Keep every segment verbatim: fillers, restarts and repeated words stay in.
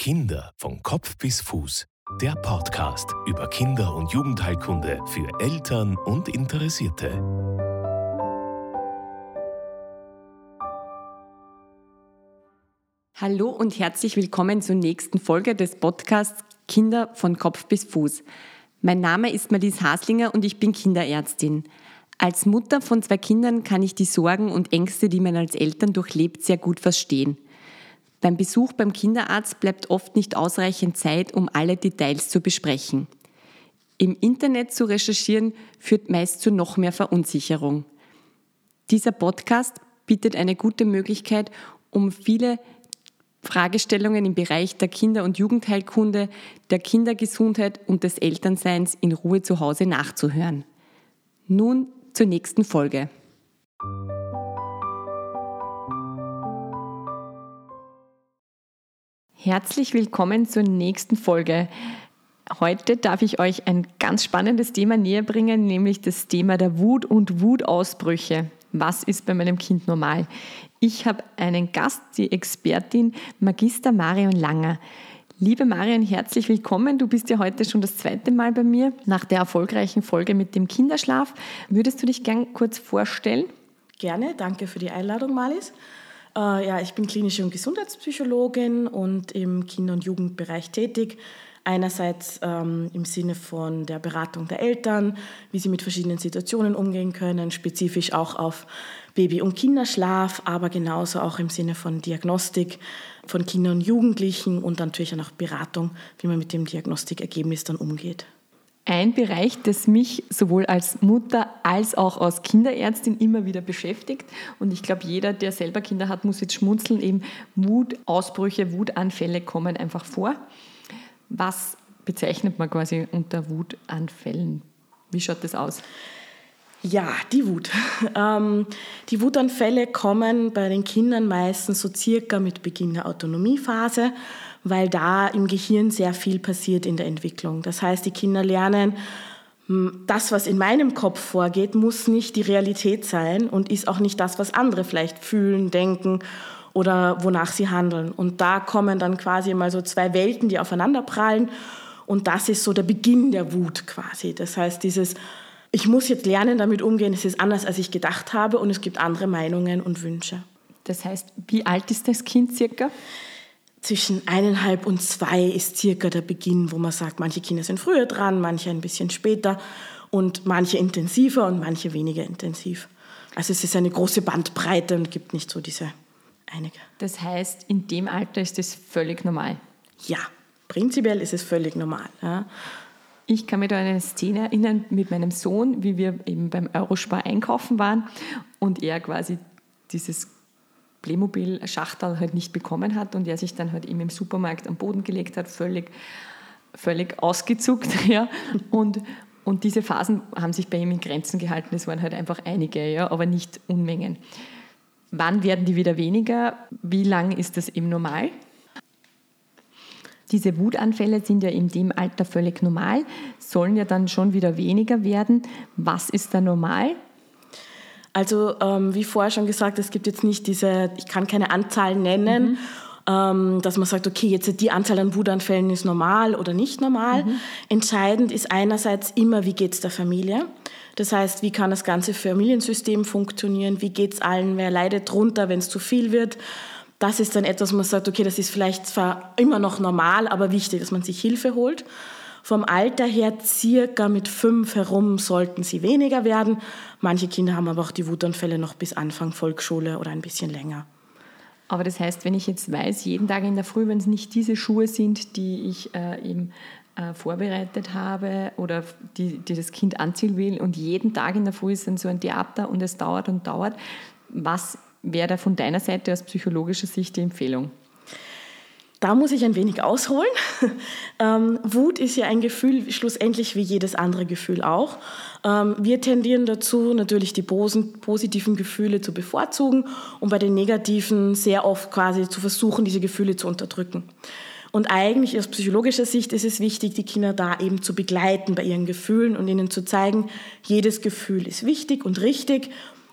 Kinder von Kopf bis Fuß. Der Podcast über Kinder- und Jugendheilkunde für Eltern und Interessierte. Hallo und herzlich willkommen zur nächsten Folge des Podcasts Kinder von Kopf bis Fuß. Mein Name ist Marlies Haslinger und ich bin Kinderärztin. Als Mutter von zwei Kindern kann ich die Sorgen und Ängste, die man als Eltern durchlebt, sehr gut verstehen. Beim Besuch beim Kinderarzt bleibt oft nicht ausreichend Zeit, um alle Details zu besprechen. Im Internet zu recherchieren führt meist zu noch mehr Verunsicherung. Dieser Podcast bietet eine gute Möglichkeit, um viele Fragestellungen im Bereich der Kinder- und Jugendheilkunde, der Kindergesundheit und des Elternseins in Ruhe zu Hause nachzuhören. Nun zur nächsten Folge. Herzlich willkommen zur nächsten Folge. Heute darf ich euch ein ganz spannendes Thema näher bringen, nämlich das Thema der Wut und Wutausbrüche. Was ist bei meinem Kind normal? Ich habe einen Gast, die Expertin Magister Marion Langer. Liebe Marion, herzlich willkommen. Du bist ja heute schon das zweite Mal bei mir nach der erfolgreichen Folge mit dem Kinderschlaf. Würdest du dich gern kurz vorstellen? Gerne, danke für die Einladung, Marlies. Äh, ja, ich bin klinische und Gesundheitspsychologin und im Kinder- und Jugendbereich tätig. Einerseits ähm, im Sinne von der Beratung der Eltern, wie sie mit verschiedenen Situationen umgehen können, spezifisch auch auf Baby- und Kinderschlaf, aber genauso auch im Sinne von Diagnostik von Kindern und Jugendlichen und dann natürlich auch Beratung, wie man mit dem Diagnostikergebnis dann umgeht. Ein Bereich, das mich sowohl als Mutter als auch als Kinderärztin immer wieder beschäftigt. Und ich glaube, jeder, der selber Kinder hat, muss jetzt schmunzeln. Eben Wutausbrüche, Wutanfälle kommen einfach vor. Was bezeichnet man quasi unter Wutanfällen? Wie schaut das aus? Ja, die Wut. Ähm, die Wutanfälle kommen bei den Kindern meistens so circa mit Beginn der Autonomiephase, weil da im Gehirn sehr viel passiert in der Entwicklung. Das heißt, die Kinder lernen, das, was in meinem Kopf vorgeht, muss nicht die Realität sein und ist auch nicht das, was andere vielleicht fühlen, denken oder wonach sie handeln. Und da kommen dann quasi mal so zwei Welten, die aufeinander prallen. Und das ist so der Beginn der Wut quasi. Das heißt, dieses, ich muss jetzt lernen, damit umgehen, es ist anders, als ich gedacht habe und es gibt andere Meinungen und Wünsche. Das heißt, wie alt ist das Kind circa? Zwischen eineinhalb und zwei ist circa der Beginn, wo man sagt, manche Kinder sind früher dran, manche ein bisschen später und manche intensiver und manche weniger intensiv. Also es ist eine große Bandbreite und gibt nicht so diese einige. Das heißt, in dem Alter ist das völlig normal? Ja, prinzipiell ist es völlig normal. Ja. Ich kann mich da an eine Szene erinnern mit meinem Sohn, wie wir eben beim Eurospar einkaufen waren und er quasi dieses Playmobil-Schachtel halt nicht bekommen hat und er sich dann halt eben im Supermarkt am Boden gelegt hat, völlig, völlig ausgezuckt. Ja. Und, und diese Phasen haben sich bei ihm in Grenzen gehalten. Es waren halt einfach einige, ja, aber nicht Unmengen. Wann werden die wieder weniger? Wie lang ist das eben normal? Diese Wutanfälle sind ja in dem Alter völlig normal, sollen ja dann schon wieder weniger werden. Was ist da normal? Also ähm, wie vorher schon gesagt, es gibt jetzt nicht diese, ich kann keine Anzahl nennen, mhm. ähm, dass man sagt, okay, jetzt die Anzahl an Wutanfällen ist normal oder nicht normal. Mhm. Entscheidend ist einerseits immer, wie geht es der Familie? Das heißt, wie kann das ganze Familiensystem funktionieren? Wie geht es allen? Wer leidet drunter, wenn es zu viel wird? Das ist dann etwas, wo man sagt, okay, das ist vielleicht zwar immer noch normal, aber wichtig, dass man sich Hilfe holt. Vom Alter her circa mit fünf herum sollten sie weniger werden. Manche Kinder haben aber auch die Wutanfälle noch bis Anfang Volksschule oder ein bisschen länger. Aber das heißt, wenn ich jetzt weiß, jeden Tag in der Früh, wenn es nicht diese Schuhe sind, die ich äh, eben äh, vorbereitet habe oder die, die das Kind anziehen will und jeden Tag in der Früh ist dann so ein Theater und es dauert und dauert, was wäre da von deiner Seite aus psychologischer Sicht die Empfehlung? Da muss ich ein wenig ausholen. Ähm, Wut ist ja ein Gefühl, schlussendlich wie jedes andere Gefühl auch. Ähm, wir tendieren dazu, natürlich die positiven Gefühle zu bevorzugen und bei den negativen sehr oft quasi zu versuchen, diese Gefühle zu unterdrücken. Und eigentlich aus psychologischer Sicht ist es wichtig, die Kinder da eben zu begleiten bei ihren Gefühlen und ihnen zu zeigen, jedes Gefühl ist wichtig und richtig.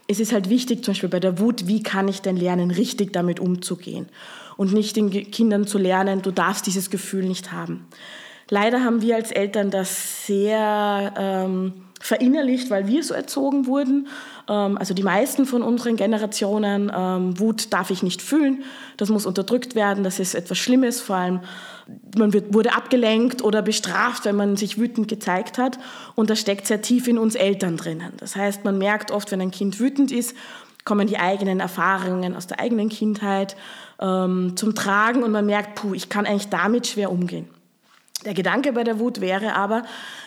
es ist halt wichtig, zum Beispiel bei der Wut, wie kann ich denn lernen, richtig damit umzugehen und nicht den Kindern zu lernen, du darfst dieses Gefühl nicht haben. Leider haben wir als Eltern das sehr ähm, verinnerlicht, weil wir so erzogen wurden. Ähm, also die meisten von unseren Generationen, ähm, Wut darf ich nicht fühlen, das muss unterdrückt werden, das ist etwas Schlimmes, vor allem man wird, wurde abgelenkt oder bestraft, wenn man sich wütend gezeigt hat. Und das steckt sehr tief in uns Eltern drinnen. Das heißt, man merkt oft, wenn ein Kind wütend ist, kommen die eigenen Erfahrungen aus der eigenen Kindheit ähm, zum Tragen und man merkt, puh, ich kann eigentlich damit schwer umgehen. Der Gedanke bei der Wut wäre aber,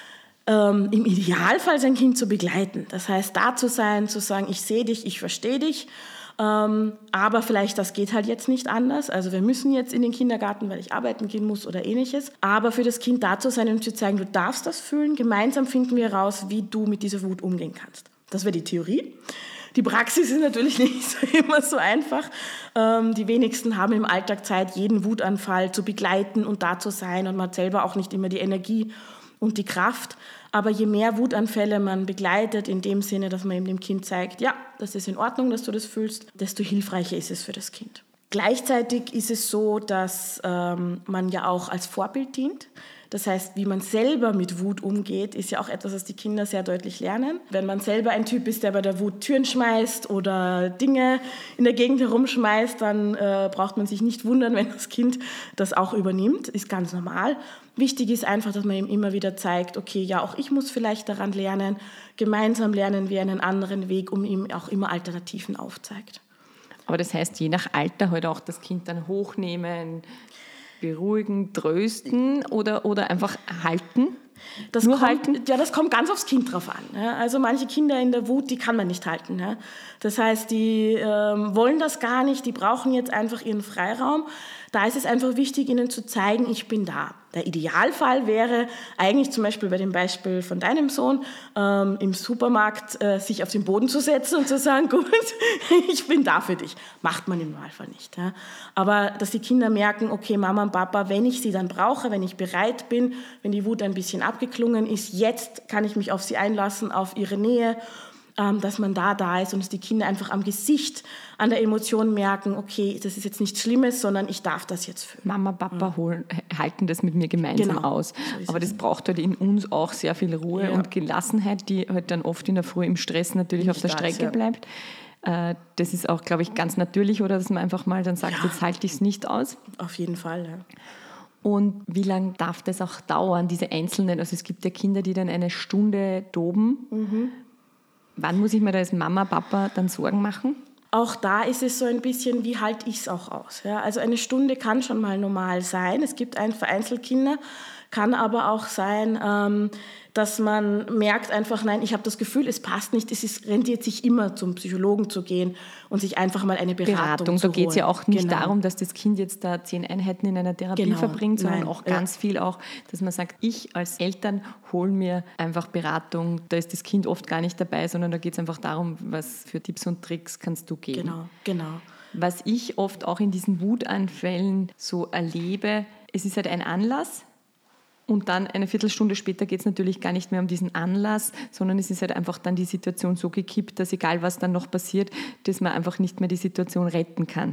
ähm, im Idealfall sein Kind zu begleiten. Das heißt, da zu sein, zu sagen, ich sehe dich, ich verstehe dich, ähm, aber vielleicht das geht halt jetzt nicht anders. Also wir müssen jetzt in den Kindergarten, weil ich arbeiten gehen muss oder ähnliches. Aber für das Kind da zu sein und zu zeigen, du darfst das fühlen, gemeinsam finden wir heraus, wie du mit dieser Wut umgehen kannst. Das wäre die Theorie. Die Praxis ist natürlich nicht so, immer so einfach. Ähm, die wenigsten haben im Alltag Zeit, jeden Wutanfall zu begleiten und da zu sein. Und man hat selber auch nicht immer die Energie und die Kraft. Aber je mehr Wutanfälle man begleitet, in dem Sinne, dass man eben dem Kind zeigt, ja, das ist in Ordnung, dass du das fühlst, desto hilfreicher ist es für das Kind. Gleichzeitig ist es so, dass ähm, man ja auch als Vorbild dient. Das heißt, wie man selber mit Wut umgeht, ist ja auch etwas, was die Kinder sehr deutlich lernen. Wenn man selber ein Typ ist, der bei der Wut Türen schmeißt oder Dinge in der Gegend herumschmeißt, dann äh, braucht man sich nicht wundern, wenn das Kind das auch übernimmt. Ist ganz normal. Wichtig ist einfach, dass man ihm immer wieder zeigt, okay, ja, auch ich muss vielleicht daran lernen. Gemeinsam lernen wir einen anderen Weg, um ihm auch immer Alternativen aufzeigt. Aber das heißt, je nach Alter halt auch das Kind dann hochnehmen, beruhigen, trösten oder, oder einfach halten? Das Nur kommt, halten? Ja, das kommt ganz aufs Kind drauf an. Ja. Also manche Kinder in der Wut, die kann man nicht halten. Ja. Das heißt, die ähm, wollen das gar nicht, die brauchen jetzt einfach ihren Freiraum. Da ist es einfach wichtig, ihnen zu zeigen, ich bin da. Der Idealfall wäre eigentlich zum Beispiel bei dem Beispiel von deinem Sohn, ähm, im Supermarkt äh, sich auf den Boden zu setzen und zu sagen, gut, ich bin da für dich. Macht man im Normalfall nicht. Ja. Aber dass die Kinder merken, okay, Mama und Papa, wenn ich sie dann brauche, wenn ich bereit bin, wenn die Wut ein bisschen abgeklungen ist, jetzt kann ich mich auf sie einlassen, auf ihre Nähe, ähm, dass man da da ist und dass die Kinder einfach am Gesicht, an der Emotion merken, okay, das ist jetzt nichts Schlimmes, sondern ich darf das jetzt fühlen. Mama, Papa holen, halten das mit mir gemeinsam Genau. aus. So Aber das braucht halt in uns auch sehr viel Ruhe Ja. und Gelassenheit, die halt dann oft in der Früh im Stress natürlich Nicht auf der da Strecke ist, ja. bleibt. Äh, Das ist auch, glaube ich, ganz natürlich, oder dass man einfach mal dann sagt, Ja. jetzt halte ich es nicht aus. Auf jeden Fall, ja. Und wie lange darf das auch dauern, diese einzelnen? Also es gibt ja Kinder, die dann eine Stunde toben. Mhm. Wann muss ich mir da als Mama, Papa dann Sorgen machen? Auch da ist es so ein bisschen, wie halte ich es auch aus. Ja? Also eine Stunde kann schon mal normal sein. Es gibt ein vereinzelt Kinder, kann aber auch sein, ähm, dass man merkt einfach, nein, ich habe das Gefühl, es passt nicht. Es ist, rentiert sich immer, zum Psychologen zu gehen und sich einfach mal eine Beratung, Beratung. zu Da geht es ja holen. auch nicht Genau. darum, dass das Kind jetzt da zehn Einheiten in einer Therapie Genau. verbringt, sondern Nein. auch ganz Ja. viel auch, dass man sagt, ich als Eltern hole mir einfach Beratung. Da ist das Kind oft gar nicht dabei, sondern da geht es einfach darum, was für Tipps und Tricks kannst du geben. Genau, genau. Was ich oft auch in diesen Wutanfällen so erlebe, es ist halt ein Anlass. Und dann eine Viertelstunde später geht es natürlich gar nicht mehr um diesen Anlass, sondern es ist halt einfach dann die Situation so gekippt, dass egal was dann noch passiert, dass man einfach nicht mehr die Situation retten kann.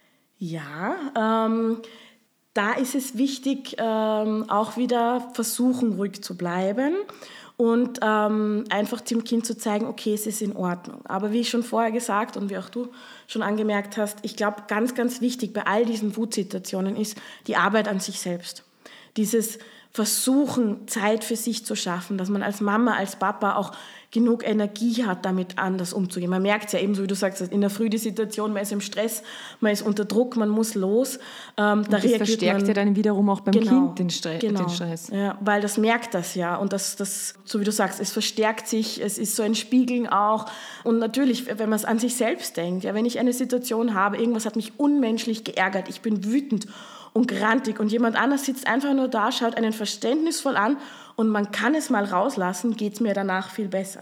Ja, ähm, da ist es wichtig, ähm, auch wieder versuchen, ruhig zu bleiben und ähm, einfach dem Kind zu zeigen, okay, es ist in Ordnung. Aber wie ich schon vorher gesagt und wie auch du schon angemerkt hast, ich glaube, ganz, ganz wichtig bei all diesen Wutsituationen ist die Arbeit an sich selbst. Dieses Versuchen, Zeit für sich zu schaffen, dass man als Mama, als Papa auch genug Energie hat, damit anders umzugehen. Man merkt es ja eben, so wie du sagst, in der Früh die Situation, man ist im Stress, man ist unter Druck, man muss los. Ähm, da Und das verstärkt man, ja dann wiederum auch beim genau, Kind den, Stre- genau, den Stress. Ja, weil das merkt das ja und das, das, so wie du sagst, es verstärkt sich, es ist so ein Spiegeln auch und natürlich, wenn man es an sich selbst denkt, ja, wenn ich eine Situation habe, irgendwas hat mich unmenschlich geärgert, ich bin wütend und grantig und jemand anders sitzt einfach nur da, schaut einen verständnisvoll an und man kann es mal rauslassen, geht es mir danach viel besser.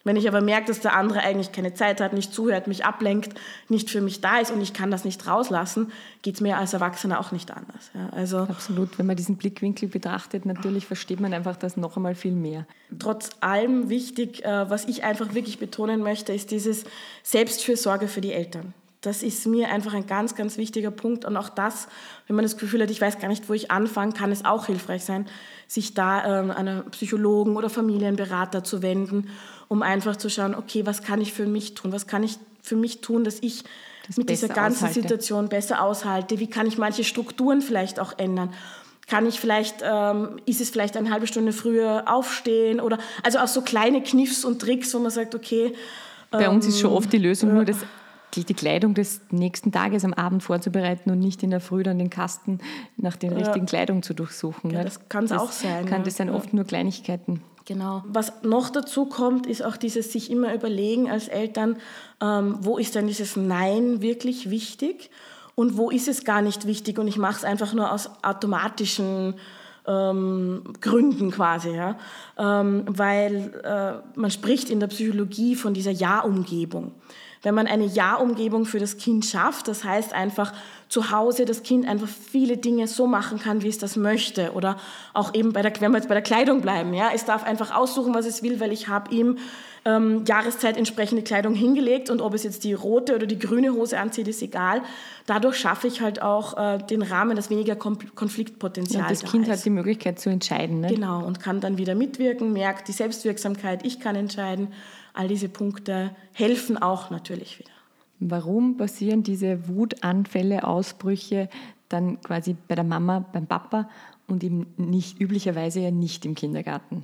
Wenn ich aber merke, dass der andere eigentlich keine Zeit hat, nicht zuhört, mich ablenkt, nicht für mich da ist und ich kann das nicht rauslassen, geht es mir als Erwachsener auch nicht anders. Ja, also absolut, wenn man diesen Blickwinkel betrachtet, natürlich versteht man einfach das noch einmal viel mehr. Trotz allem wichtig, was ich einfach wirklich betonen möchte, ist dieses Selbstfürsorge für die Eltern. Das ist mir einfach ein ganz, ganz wichtiger Punkt. Und auch das, wenn man das Gefühl hat, ich weiß gar nicht, wo ich anfangen kann, es auch hilfreich sein, sich da ähm, an einen Psychologen oder Familienberater zu wenden, um einfach zu schauen, okay, was kann ich für mich tun? Was kann ich für mich tun, dass ich das mit dieser ganzen aushalte. Situation besser aushalte? Wie kann ich manche Strukturen vielleicht auch ändern? Kann ich vielleicht, ähm, ist es vielleicht eine halbe Stunde früher aufstehen? Oder, also auch so kleine Kniffs und Tricks, wo man sagt, okay. Bei ähm, uns ist schon oft die Lösung äh, nur das die Kleidung des nächsten Tages am Abend vorzubereiten und nicht in der Früh dann den Kasten nach den ja. richtigen Kleidungen zu durchsuchen. Ja, das kann es auch sein. Kann, ja. Das sind ja. oft nur Kleinigkeiten. Genau. Was noch dazu kommt, ist auch dieses sich immer überlegen als Eltern, ähm, wo ist denn dieses Nein wirklich wichtig und wo ist es gar nicht wichtig und ich mache es einfach nur aus automatischen ähm, Gründen quasi. Ja? Ähm, weil äh, man spricht in der Psychologie von dieser Ja-Umgebung. Wenn man eine Ja-Umgebung für das Kind schafft, das heißt einfach zu Hause das Kind einfach viele Dinge so machen kann, wie es das möchte. Oder auch eben, bei der, wenn wir jetzt bei der Kleidung bleiben, ja, es darf einfach aussuchen, was es will, weil ich habe ihm ähm, Jahreszeit entsprechende Kleidung hingelegt und ob es jetzt die rote oder die grüne Hose anzieht, ist egal. Dadurch schaffe ich halt auch äh, den Rahmen, dass weniger Konfliktpotenzial da ist. Und das Kind hat die Möglichkeit zu entscheiden. Ne? Genau, und kann dann wieder mitwirken, merkt die Selbstwirksamkeit, ich kann entscheiden. All diese Punkte helfen auch natürlich wieder. Warum passieren diese Wutanfälle, Ausbrüche dann quasi bei der Mama, beim Papa und eben nicht, üblicherweise ja nicht im Kindergarten?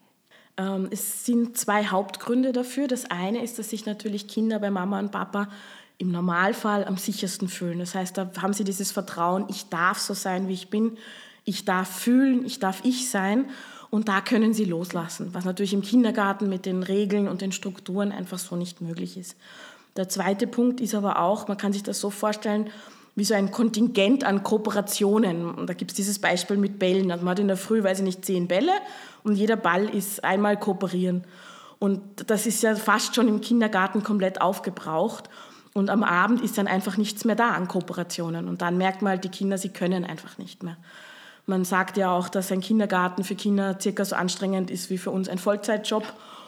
Ähm, es sind zwei Hauptgründe dafür. Das eine ist, dass sich natürlich Kinder bei Mama und Papa im Normalfall am sichersten fühlen. Das heißt, da haben sie dieses Vertrauen, ich darf so sein, wie ich bin, ich darf fühlen, ich darf ich sein. Und da können sie loslassen, was natürlich im Kindergarten mit den Regeln und den Strukturen einfach so nicht möglich ist. Der zweite Punkt ist aber auch, man kann sich das so vorstellen, wie so ein Kontingent an Kooperationen. Und da gibt es dieses Beispiel mit Bällen. Also man hat in der Früh, weiß ich nicht, zehn Bälle und jeder Ball ist einmal kooperieren. Und das ist ja fast schon im Kindergarten komplett aufgebraucht. Und am Abend ist dann einfach nichts mehr da an Kooperationen. Und dann merkt man halt, die Kinder, sie können einfach nicht mehr. Man sagt ja auch, dass ein Kindergarten für Kinder circa so anstrengend ist wie für uns ein Vollzeitjob.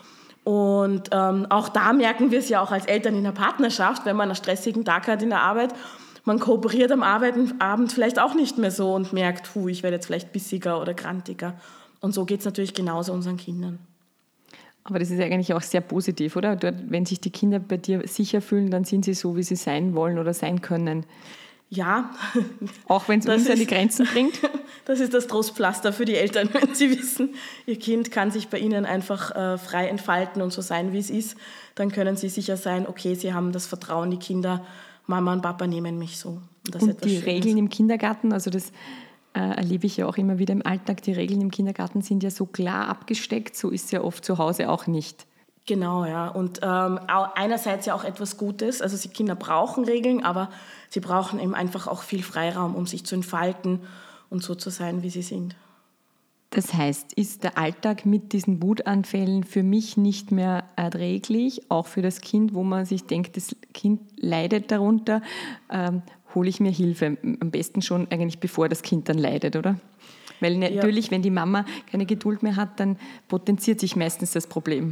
Und ähm, auch da merken wir es ja auch als Eltern in der Partnerschaft, wenn man einen stressigen Tag hat in der Arbeit. Man kooperiert am Abend vielleicht auch nicht mehr so und merkt, hu, ich werde jetzt vielleicht bissiger oder grantiger. Und so geht es natürlich genauso unseren Kindern. Aber das ist eigentlich auch sehr positiv, oder? Dort, wenn sich die Kinder bei dir sicher fühlen, dann sind sie so, wie sie sein wollen oder sein können. Ja. Auch wenn es uns an die Grenzen bringt? Das ist das Trostpflaster für die Eltern, wenn sie wissen, ihr Kind kann sich bei ihnen einfach äh, frei entfalten und so sein, wie es ist. Dann können sie sicher sein, okay, sie haben das Vertrauen, die Kinder, Mama und Papa nehmen mich so. Und, das und die Schönes. Regeln im Kindergarten, also das äh, erlebe ich ja auch immer wieder im Alltag, die Regeln im Kindergarten sind ja so klar abgesteckt, so ist es ja oft zu Hause auch nicht. Genau, ja. Und ähm, einerseits ja auch etwas Gutes. Also die Kinder brauchen Regeln, aber sie brauchen eben einfach auch viel Freiraum, um sich zu entfalten und so zu sein, wie sie sind. Das heißt, ist der Alltag mit diesen Wutanfällen für mich nicht mehr erträglich, auch für das Kind, wo man sich denkt, das Kind leidet darunter, ähm, hole ich mir Hilfe. Am besten schon eigentlich bevor das Kind dann leidet, oder? Weil natürlich, ja. Wenn die Mama keine Geduld mehr hat, dann potenziert sich meistens das Problem.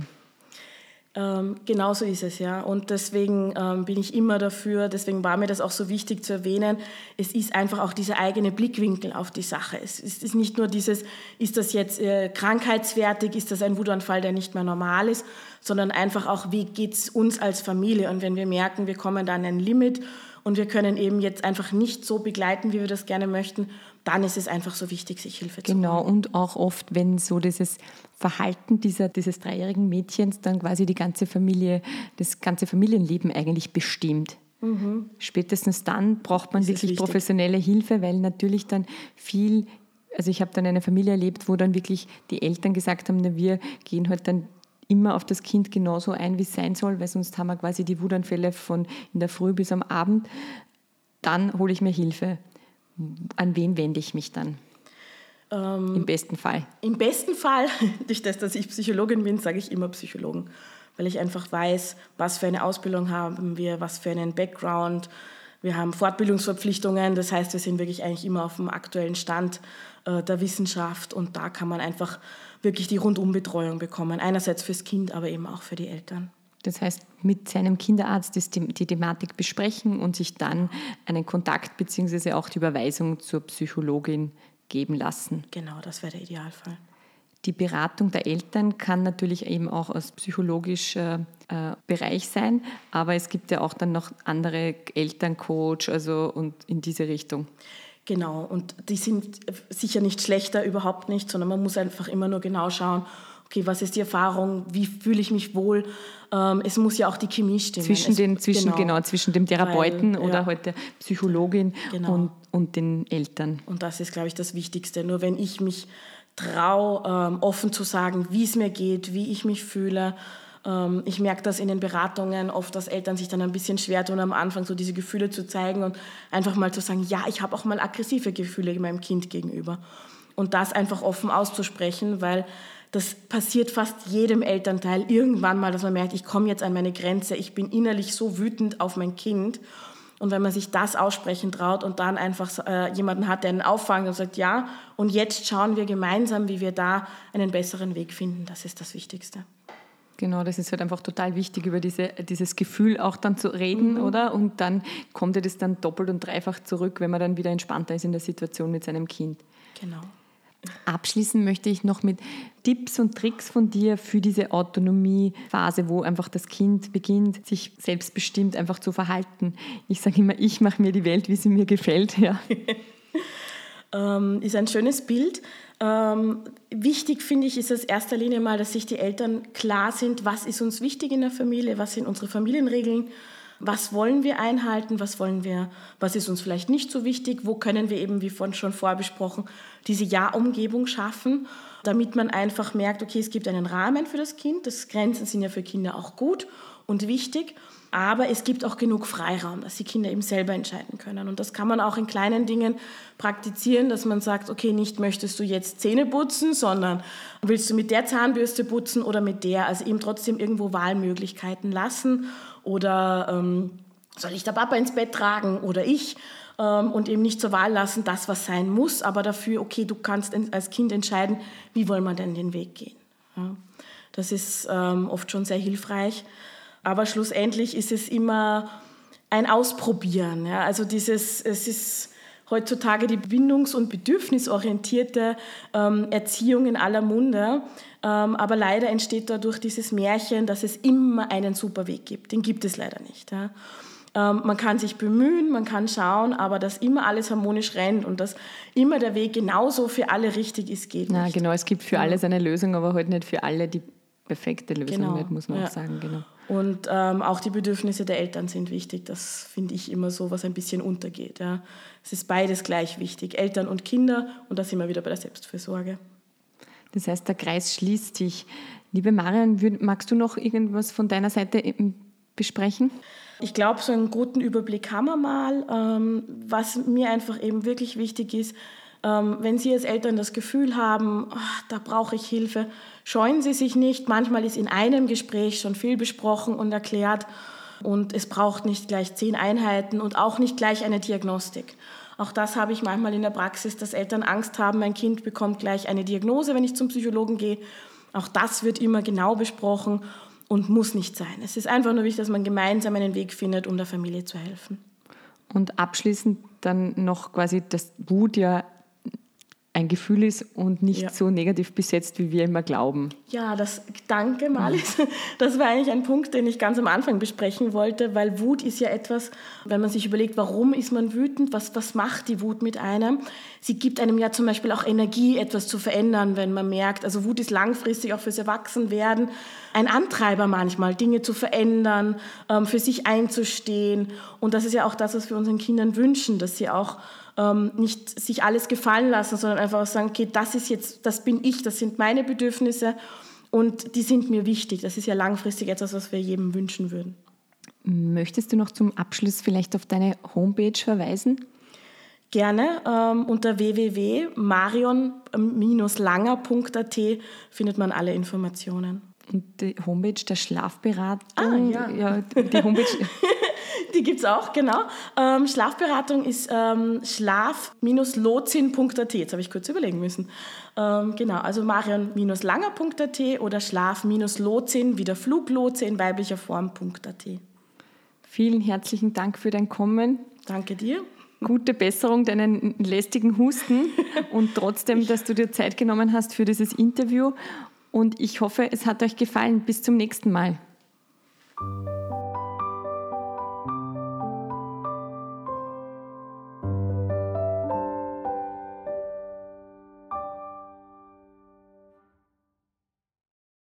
Ähm, genau so ist es, ja. Und deswegen ähm, bin ich immer dafür, deswegen war mir das auch so wichtig zu erwähnen, es ist einfach auch dieser eigene Blickwinkel auf die Sache. Es ist nicht nur dieses, ist das jetzt äh, krankheitswertig, ist das ein Wutanfall, der nicht mehr normal ist, sondern einfach auch, wie geht es uns als Familie? Und wenn wir merken, wir kommen da an ein Limit und wir können eben jetzt einfach nicht so begleiten, wie wir das gerne möchten, dann ist es einfach so wichtig, sich Hilfe zu holen. Genau, und auch oft, wenn so dieses Verhalten dieser, dieses dreijährigen Mädchens dann quasi die ganze Familie, das ganze Familienleben eigentlich bestimmt. Mhm. Spätestens dann braucht man wirklich professionelle Hilfe, weil natürlich dann viel, also ich habe dann eine Familie erlebt, wo dann wirklich die Eltern gesagt haben, na, wir gehen halt dann immer auf das Kind genauso ein, wie es sein soll, weil sonst haben wir quasi die Wutanfälle von in der Früh bis am Abend. Dann hole ich mir Hilfe. An wen wende ich mich dann? Ähm, Im besten Fall. Im besten Fall, durch das, dass ich Psychologin bin, sage ich immer Psychologen. weil ich einfach weiß, was für eine Ausbildung haben wir, was für einen Background. Wir haben Fortbildungsverpflichtungen, das heißt, wir sind wirklich eigentlich immer auf dem aktuellen Stand äh, der Wissenschaft und da kann man einfach wirklich die Rundumbetreuung bekommen, einerseits fürs Kind, aber eben auch für die Eltern. Das heißt, mit seinem Kinderarzt die, die Thematik besprechen und sich dann einen Kontakt bzw. auch die Überweisung zur Psychologin geben lassen. Genau, das wäre der Idealfall. Die Beratung der Eltern kann natürlich eben auch aus psychologischer äh, Bereich sein, aber es gibt ja auch dann noch andere Elterncoach, also und in diese Richtung. Genau, und die sind sicher nicht schlechter, überhaupt nicht, sondern man muss einfach immer nur genau schauen, okay, was ist die Erfahrung, wie fühle ich mich wohl? Ähm, es muss ja auch die Chemie stimmen. Zwischen, es, den, zwischen, genau. Genau, zwischen dem Therapeuten Weil, oder ja. halt der Psychologin genau. und, und den Eltern. Und das ist, glaube ich, das Wichtigste. Nur wenn ich mich traue, ähm, offen zu sagen, wie es mir geht, wie ich mich fühle. Ähm, ich merke das in den Beratungen oft, dass Eltern sich dann ein bisschen schwer tun, am Anfang so diese Gefühle zu zeigen und einfach mal zu sagen, ja, ich habe auch mal aggressive Gefühle meinem Kind gegenüber. Und das einfach offen auszusprechen, weil das passiert fast jedem Elternteil irgendwann mal, dass man merkt, ich komme jetzt an meine Grenze, ich bin innerlich so wütend auf mein Kind. Und wenn man sich das aussprechen traut und dann einfach äh, jemanden hat, der einen auffangt und sagt, ja, und jetzt schauen wir gemeinsam, wie wir da einen besseren Weg finden, das ist das Wichtigste. Genau, das ist halt einfach total wichtig, über diese, dieses Gefühl auch dann zu reden, mhm. oder? Und dann kommt ja das dann doppelt und dreifach zurück, wenn man dann wieder entspannter ist in der Situation mit seinem Kind. Genau. Abschließen möchte ich noch mit Tipps und Tricks von dir für diese Autonomiephase, wo einfach das Kind beginnt, sich selbstbestimmt einfach zu verhalten. Ich sage immer, ich mache mir die Welt, wie sie mir gefällt. Ja. ähm, ist ein schönes Bild. Ähm, wichtig finde ich, ist es erster Linie mal, dass sich die Eltern klar sind, was ist uns wichtig in der Familie, was sind unsere Familienregeln, was wollen wir einhalten, was wollen wir, was ist uns vielleicht nicht so wichtig, wo können wir eben, wie vorhin schon vorher besprochen, diese Ja-Umgebung schaffen, damit man einfach merkt, okay, es gibt einen Rahmen für das Kind, das Grenzen sind ja für Kinder auch gut und wichtig, aber es gibt auch genug Freiraum, dass die Kinder eben selber entscheiden können. Und das kann man auch in kleinen Dingen praktizieren, dass man sagt, okay, nicht möchtest du jetzt Zähne putzen, sondern willst du mit der Zahnbürste putzen oder mit der, also eben trotzdem irgendwo Wahlmöglichkeiten lassen. Oder ähm, soll ich der Papa ins Bett tragen oder ich? Ähm, und eben nicht zur Wahl lassen, das, was sein muss, aber dafür, okay, du kannst als Kind entscheiden, wie wollen wir denn den Weg gehen. Ja, das ist ähm, oft schon sehr hilfreich. Aber schlussendlich ist es immer ein Ausprobieren. Ja? Also dieses, es ist heutzutage die bindungs- und bedürfnisorientierte ähm, Erziehung in aller Munde. Ähm, aber leider entsteht dadurch dieses Märchen, dass es immer einen super Weg gibt. Den gibt es leider nicht. Ja? Ähm, man kann sich bemühen, man kann schauen, aber dass immer alles harmonisch rennt und dass immer der Weg genauso für alle richtig ist, geht Na, nicht. Genau, es gibt für ja. alles eine Lösung, aber halt nicht für alle die perfekte Lösung, genau. nicht, muss man ja. auch sagen. Genau. Und ähm, auch die Bedürfnisse der Eltern sind wichtig. Das finde ich immer so, was ein bisschen untergeht. Ja. Es ist beides gleich wichtig, Eltern und Kinder. Und da sind wir wieder bei der Selbstfürsorge. Das heißt, der Kreis schließt sich. Liebe Marion, würd, magst du noch irgendwas von deiner Seite besprechen? Ich glaube, so einen guten Überblick haben wir mal. Ähm, was mir einfach eben wirklich wichtig ist, ähm, wenn Sie als Eltern das Gefühl haben, ach, da brauche ich Hilfe, scheuen Sie sich nicht. Manchmal ist in einem Gespräch schon viel besprochen und erklärt und es braucht nicht gleich zehn Einheiten und auch nicht gleich eine Diagnostik. Auch das habe ich manchmal in der Praxis, dass Eltern Angst haben, mein Kind bekommt gleich eine Diagnose, wenn ich zum Psychologen gehe. Auch das wird immer genau besprochen und muss nicht sein. Es ist einfach nur wichtig, dass man gemeinsam einen Weg findet, um der Familie zu helfen. Und abschließend dann noch quasi, dass Wut ja ein Gefühl ist und nicht ja. so negativ besetzt, wie wir immer glauben. Ja, das, danke Marlies. Das war eigentlich ein Punkt, den ich ganz am Anfang besprechen wollte, weil Wut ist ja etwas, wenn man sich überlegt, warum ist man wütend, was, was macht die Wut mit einem? Sie gibt einem ja zum Beispiel auch Energie, etwas zu verändern, wenn man merkt, also Wut ist langfristig auch fürs Erwachsenwerden ein Antreiber manchmal, Dinge zu verändern, für sich einzustehen. Und das ist ja auch das, was wir unseren Kindern wünschen, dass sie auch Ähm, nicht sich alles gefallen lassen, sondern einfach sagen, okay, das ist jetzt, das bin ich, das sind meine Bedürfnisse und die sind mir wichtig. Das ist ja langfristig etwas, was wir jedem wünschen würden. Möchtest du noch zum Abschluss vielleicht auf deine Homepage verweisen? Gerne. Ähm, unter w w w punkt marion Bindestrich langer punkt a t findet man alle Informationen. Und die Homepage der Schlafberatung. Ah, ja. ja die Homepage. Die gibt es auch, genau. Ähm, Schlafberatung ist ähm, schlaf Bindestrich lotsin Punkt a t. Jetzt habe ich kurz überlegen müssen. Ähm, genau, also marion Bindestrich langer Punkt a t oder schlaf Bindestrich lotsin, wie der Fluglotse in weiblicher Form Punkt a t. Vielen herzlichen Dank für dein Kommen. Danke dir. Gute Besserung, deinen lästigen Husten und trotzdem, dass du dir Zeit genommen hast für dieses Interview. Und ich hoffe, es hat euch gefallen. Bis zum nächsten Mal.